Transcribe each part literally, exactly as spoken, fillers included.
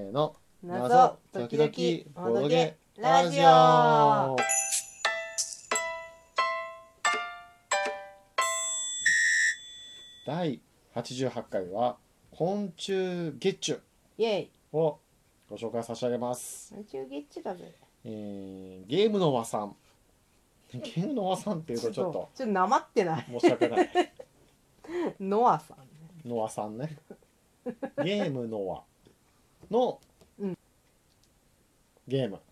ーの謎時時 々ボドゲラジオ。 ラジオだいはちじゅうはちかいは昆虫月中イエイ。 をご紹介差し上げます。 昆虫ゲッチュだぜ。 えー、ゲームの和さんゲームの和さんっていうとちょっとちょっとなまってない。 申し訳ないノアさんね。 ノアさんねゲームノアの、 うん、 ゲーム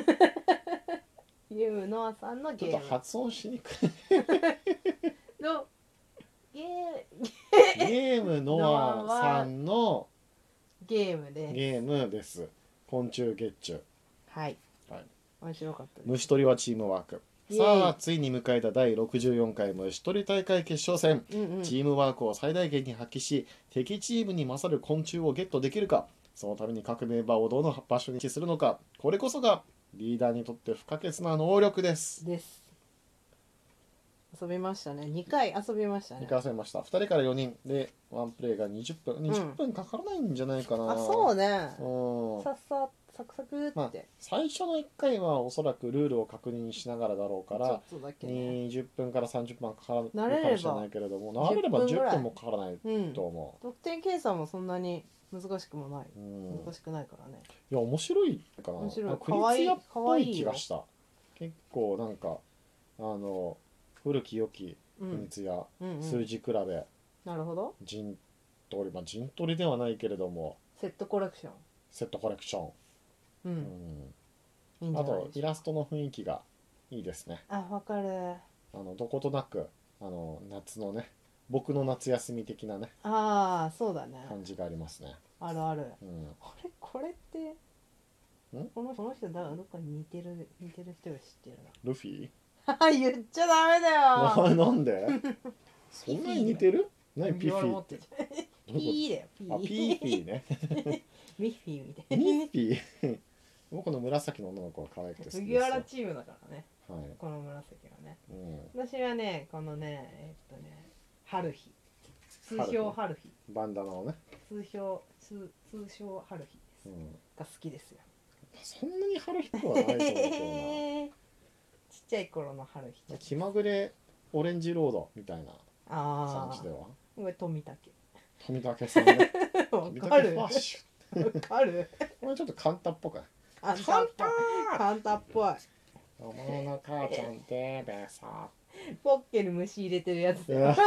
ゲームノアさんのゲーム。 ちょっと発音しにくいのゲゲームノアさんのゲームでゲームです。昆虫月中。 はい。 はい。 面白かったです。 虫取りはチームワーク。さあついに迎えただいろくじゅうよんかい虫取り大会決勝戦、うんうん、チームワークを最大限に発揮し敵チームに勝る昆虫をゲットできるか、そのために各メンバーをどの場所に位置するのか、これこそがリーダーにとって不可欠な能力ですです遊びましたね。にかい遊びましたね。 にかい遊びました。ふたりからよにんでワンプレイがにじゅっぷんにじゅっぷんかからないんじゃないかな、うん、 あ、そうね、 うん、 さっさサクサクって、まあ、 最初のいっかいはおそらくルールを確認しながらだろうから、 ちょっとだけ、ね、 にじゅっぷんからさんじゅっぷんかからないかもしれないけれども、慣れればじゅっぷんもかからないと思う、 うん、得点計算もそんなに難しくもない、うん、難しくないからね。 いや面白いかな。 面白い。 クリツヤっぽい気がした。結構なんかあの古き良きクリツヤ、うんうんうん、数字比べ、 なるほど、 陣取り、まあ陣取りではないけれどもセットコレクションセットコレクション、うんうん、いいんじゃないでしょうか。あとイラストの雰囲気がいいですね。 あ、わかる。 あのどことなくあの夏のね、僕の夏休み的なね、 ああそうだね、 感じがありますね。 あるある、 うん、 これこれってこのこの人だ、どっかに似てる似てる人が知ってるな。 ルフィ言っちゃダメだよなんでそんなに似てる？何ピフィってピーだよ、ピー。 あ、ピーピーねミッフィーみたいな。 ミッフィー僕の紫の女の子は可愛くて好きですよ。 麦わらチームだからね、 はい、 この紫はね、 うん、 私はね、このね、えっとね、春日、通称春日、 バンダナをね、 通称通通称春日です、うん、が好きですよ。 そんなに春日とはないと思うけどなちっちゃい頃の春日ちゃん、 気まぐれオレンジロードみたいな感じでは。 これ富武富武さんねわかるファッシュわかるこれちょっとカンタっぽくない？ カンタっぽい、カンタっぽい。 お前の母ちゃんってべさポッケに虫入れてるやつだよ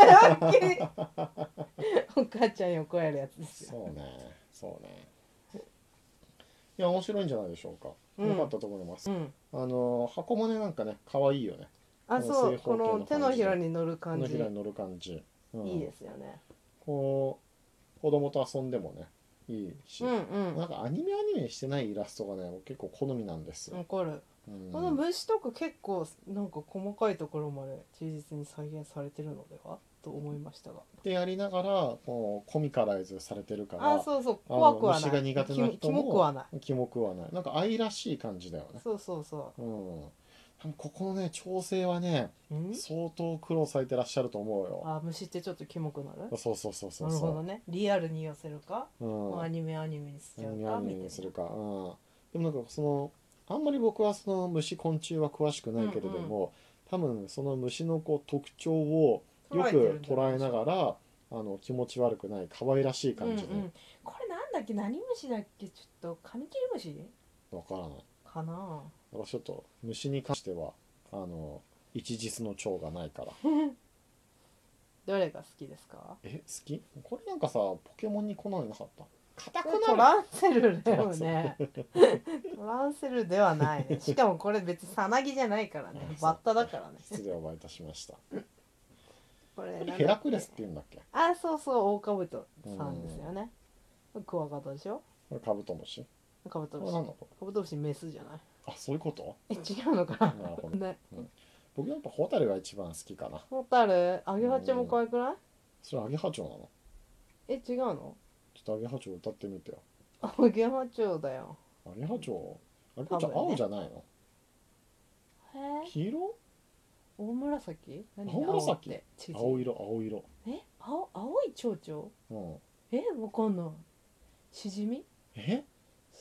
お母ちゃん横やるやつですよ。 そうね、そうね。いや面白いんじゃないでしょうか。うん、よかったと思います。うん、あの箱もね、なんかね可愛いよね。 あ、そう、この手のひらに乗る感じ。 手のひらに乗る感じ、 うん、いいですよね。 こう子供と遊んでもねいいし、 うんうん、 なんかアニメアニメしてないイラストがね結構好みなんですよ。 わかる。うん、この虫とか結構なんか細かいところまで忠実に再現されてるのではと思いましたが。 でやりながらこうコミカライズされてるから、 あ、そうそう、怖くはない。 虫が苦手な人もキモくはない。 キモくはない。なんか愛らしい感じだよね。 そうそうそう。 うん。ここのね調整はね相当苦労されてらっしゃると思うよ。 あ、虫ってちょっとキモくなる？ そうそうそうそう。 なるほどね。リアルに寄せるか、うん、アニメアニメにしちゃうか、 アニメにするか、うん、でもなんかそのあんまり僕はその虫昆虫は詳しくないけれども、うんうん、多分その虫のこう特徴をよく捉えながらあの気持ち悪くない可愛らしい感じで、うんうん、 これなんだっけ、何虫だっけ、ちょっとカミキリムシわからないかな。 だからちょっと虫に関してはあの一実の長がないからどれが好きですか？ え、好き？これなんかさポケモンにこんなのなかった？硬くなる。 トランセルだよねトランセルではないね。しかもこれ別にさなぎじゃないからねバッタだからね。 失礼をいたしましたこれヘラクレスって言うんだっけ？ あ、そうそう、オオカブトさんですよね。クワガタでしょ。 これカブトムシ。 カブトムシ。カブトムシメスじゃない？ あ、そういうこと？ え、違うのかな。なるほどね。 うん、僕やっぱホタルが一番好きかな。 ホタル、アゲハチョウも可愛くない？うん、 それアゲハチョウなの？ え、違うの？ ちょっとアゲハチョウ歌ってみてよ。 アゲハチョウだよ。 アゲハチョウ？アゲハチョウ青じゃないの？ へえ。 黄色？ 大紫？ 何？青紫？青色、青色。 え、青青い蝶々？うん。え、わかんない。シジミ？ え？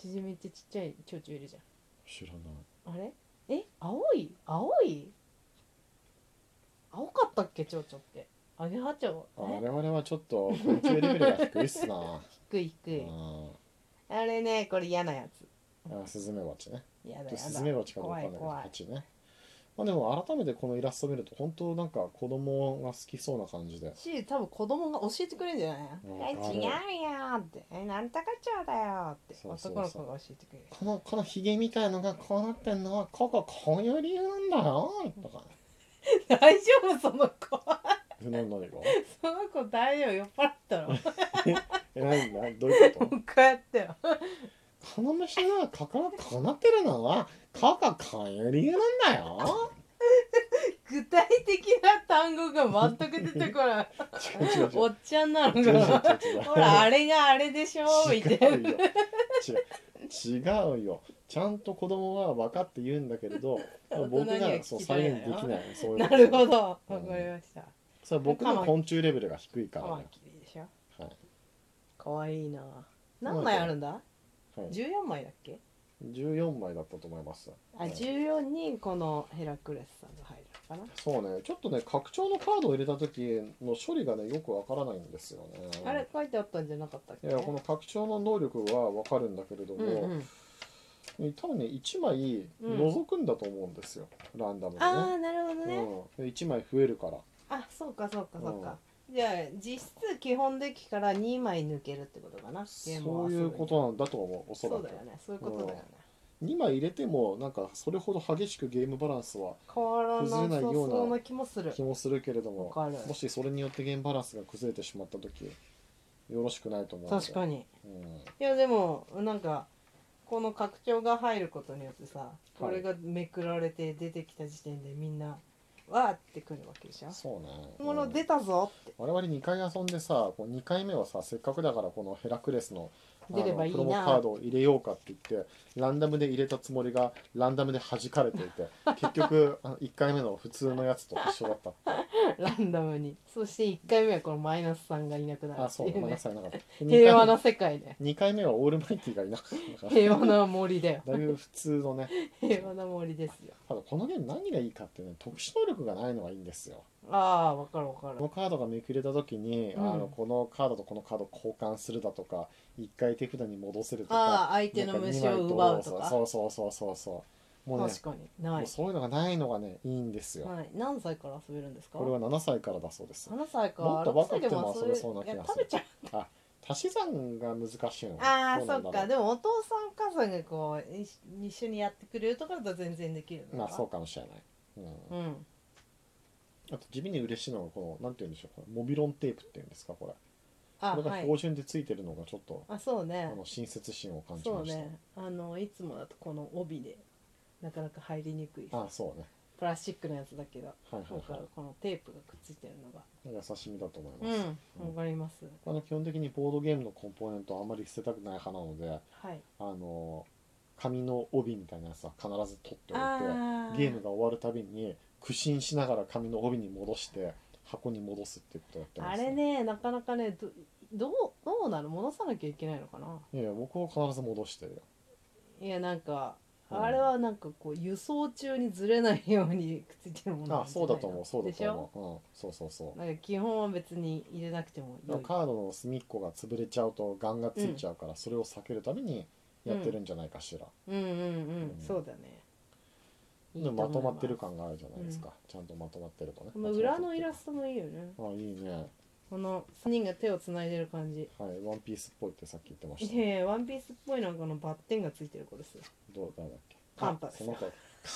シジミってちっちゃい蝶々いるじ知らない。 ゃん。あれえ青い青い青かったっけ蝶々って。アゲハチョウ。 我え 々はちょっと昆虫レベルが低いっすな。 低い低い。 ああれね、これ嫌なやつ。 あ、スズメバチね。 やだやだ。 スズメバチかどうかわかんないけど、 怖い怖いハチね。まあでも改めてこのイラスト見ると本当なんか子供が好きそうな感じで。 し、多分子供が教えてくれるんじゃないうんえ、違うよって。え、なんとか蝶だよって。 そうそうそう男の子が教えてくれる。 このこのヒゲみたいのがこうなってんのはこここういう理由なんだよとか。 大丈夫その子。 え、何何が？ その子大丈夫酔っ払ったのえ、何何どういうこと？ もうこうやってよ。 この虫がここがこうなってるのはこここういう理由なんだよ。 具体的な単語が全く出てこない。 違う違う違うおっちゃんなの違う違う違うかな。ほら、あれがあれでしょみたいな。 違うよ。違う違うよ。ちゃんと子供は分かって言うんだけれど、僕がそう再現できない。そういうなことるほど。わかりました。 それは僕の昆虫レベルが低いかカマらね。 キリでしょ。 はい。 かわいいな。何枚あるんだはい、 じゅうよんまいだっけじゅうよんまいだったと思います。 あ、 はい、 じゅうよんにこのヘラクレスさんが入るのかな。 そうね、ちょっとね、拡張のカードを入れた時の処理がね、よくわからないんですよね。 あれ書いてあったんじゃなかったっけ。 いや、この拡張の能力はわかるんだけれども、 うんうん、 多分ね、いちまい除くんだと思うんですよ、うん、ランダムでね。 ああ、なるほどね、 うん、いちまい増えるから。 あ、そうかそうかそうか、うん、じゃあ実質基本デッキからにまい抜けるってことかな。ゲームそういうことなんだと思う、おそらく。 そうだよね、そういうことだよね、 うん、にまい入れてもなんかそれほど激しくゲームバランスは変わら崩れないような気もする気もするけれども、もしそれによってゲームバランスが崩れてしまった時よろしくないと思うので。 確かに、 うん、 いやでもなんかこの拡張が入ることによってさ、これがめくられて出てきた時点でみんなわーってくるわけでしょ。 そうね、 もの出たぞって、 我々にかい遊んでさ、こうにかいめはさ、せっかくだからこのヘラクレスの出ればいいなプロモカードを入れようかって言ってランダムで入れたつもりがランダムで弾かれていて結局あのいっかいめの普通のやつと一緒だったってランダムに。そしていっかいめはこのマイナスさんがいなくなるあ、 っていう、ね、 そうマイナスさんいなかった平和な世界でにかいめはオールマイティがいなかったから平和な森だよだいぶ普通のね平和な森ですよ。 ただこのゲーム何がいいかってね、特殊能力がないのがいいんですよ。 ああ、わかるわかる。 このカードがめくれた時に、うん、あのこのカードとこのカード交換するだとかいっかい手札に戻せるとか、 ああ、相手の虫を奪うとか、 そうそうそうそうそうもう、ね、 確かにない。 もうそういうのがないのがねいいんですよ。 はい、何歳から遊べるんですか。 これはななさいからだそうです。 ななさいか。 もっと若くても遊べそうな気がする。 食べちゃう。 あ、足し算が難しいの。 ああ、そっか。でもお父さんお母さんがこう一緒にやってくれるところだと全然できるのか。 まあそうかもしれない。うん。うん、あと地味に嬉しいのがこのなんて言うんでしょうか、モビロンテープっていうんですかこれ。これが標準でついてるのがちょっと、 はい、あ、そうね。 あの親切心を感じました。 そうね。あのいつもだとこの帯でなかなか入りにくい。 あ、そうね。 プラスチックのやつだけど、 はいはいはい、 このテープがくっついてるのが優しみだと思います。 うん、わかります。 あの基本的にボードゲームのコンポーネントはあまり捨てたくない派なので、 はい、 あの紙の帯みたいなやつは必ず取っておいて、ゲームが終わるたびに苦心しながら紙の帯に戻して箱に戻すっていうことをやってます、ね。 あれね、なかなかね、どどうどうなの、戻さなきゃいけないのかな。 いやいや、僕は必ず戻してるよ。 いや、なんかあれはなんかこう輸送中にずれないようにくっついてるものなんじゃないの。 あ、そうだと思う、そうだと思う。うん、そうそうそう。 なんか基本は別に入れなくてもいい。 カードの隅っこが潰れちゃうとガンがついちゃうから、うん、それを避けるためにやってるんじゃないかしら。 うん、うんうんうん、うん、そうだね。 いいとまとまってる感があるじゃないですか。うん、ちゃんとまとまってるとね。 この裏のイラストもいいよね。 あ、いいね。 このさんにんが手をつないでる感じ。 はい、ワンピースっぽいってさっき言ってました、 ね。え、ワンピースっぽいなんかのバッテンがついてる子ですよ。 どう誰だっけ。 カンタですよ。 カン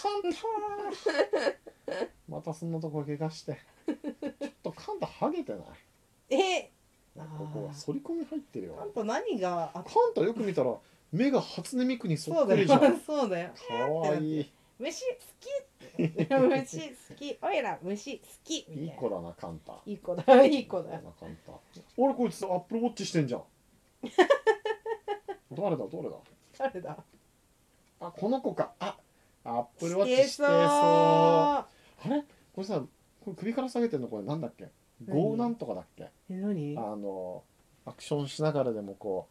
タまたそんなとこ怪我してちょっとカンタハゲてない。 えなんかここ反り込み入ってるよ。 カンタ何がカンタよく見たら目が初音ミクにそっくりじゃん。 そうだよ。 かわいい。 虫好き虫好きおいら虫好きみたいな。 いい子だなカンタ。 いい子だいい子だ。 カンタ。俺こいつアップルウォッチしてんじゃん。誰だ誰だ誰だ。 あ、この子か。あ、アップルウォッチしてそう。あれこれさ、これ首から下げてるのこれなんだっけ。ゴーなんとかだっけ。 え、何。 あのアクションしながらでもこ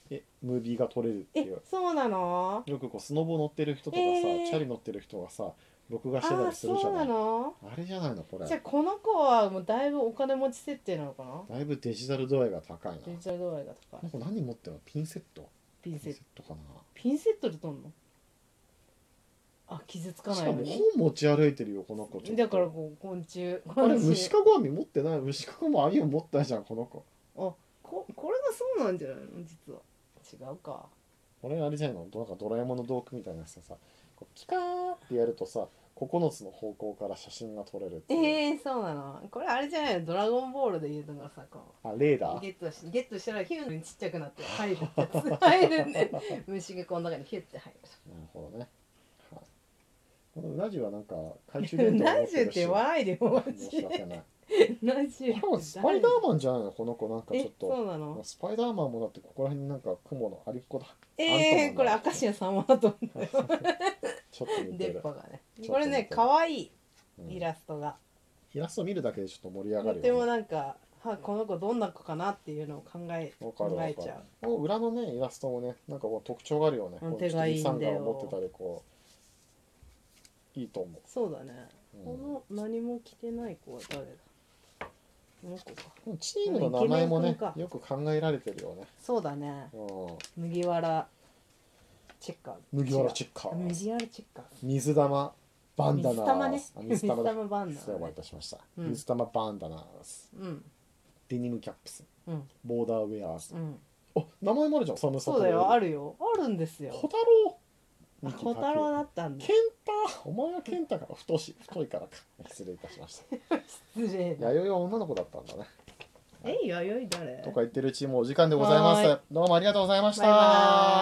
えムービーが撮れるってえいう。 そうなの？ よくこうスノボ乗ってる人とかさ、 えーチャリ乗ってる人がさ録画してたありするじゃな。 そうないの？ あれじゃないのこれ。 じゃあこの子はもうだいぶお金持ち設定なのかな？ だいぶデジタル度合いが高いな。 デジタル度合いが高い。 この子何持ってるの？ピンセット？ ピンセット。 トかな。 ピンセットで撮んの？あ傷つかしかもないように。 本持ち歩いてるよこの子。ちょっとだからこう昆虫あれ昆虫虫かご網持ってない？虫かごも網を持ったじゃんこの子。 あここれがそうなんじゃないの実は。違うか。 これあれじゃないの？なんかドラえもんの道具みたいなやつでさ、こうピカーってやるとさここのつの方向から写真が撮れるっていう。 えー、そうなの？これあれじゃないの？ドラゴンボールで言うのがさこあレーダー。 うゲットしゲットしたらヒューにちっちゃくなって入るやつ入るんで虫がこの中にヒュッて入る。 なるほどね。はい。このラジオはなんか懐中電灯を持何十っってるして笑いでよマ申ジし訳ない。 何十多分スパイダーマンじゃないのこの子。なんかちょっえそとうなの？ スパイダーマンもだってここら辺になんか雲のありっこだ。 えー、これ明石家さんまだと思ったよちょっと似てる。 出っ歯がねちょっと似てるこれね可愛いうんイラストが、 イラスト見るだけでちょっと盛り上がるとてもよね。 なんかはこの子どんな子かなっていうのを考えわかる考わかるえちゃう。 この裏のねイラストもねなんかこう特徴があるよね。 うんこう手がいいんだよちょっとイサンガを持ってたりこういいと思そうだね、 うんこの何も着てない子は誰だ？この子か。 う。チームの名前もねイケメン君かよく考えられてるよね。 そうだねうん。 麦わらチェッカーズ麦わらチェッカーズ、 麦わらチェッカーズ水玉バンダナーズ、 水玉ねあ水玉だ。 水玉バンダナね失礼いたしました。 うん水玉バンダナーズ、 うんデニムキャップス、 うんボーダーウェアーズ。 うんあ、名前もあるじゃん。サムサそうだよある。 るよあるんですよ。 小太郎。 あ小太郎だったんだケンタ。お前はケンタか。太し太いからか。失礼いたしました。 失礼だ。 弥生は女の子だったんだね。 え弥生誰？ とか言ってるうちにもうお時間でございます。 はどうもありがとうございました。 バイバーイ。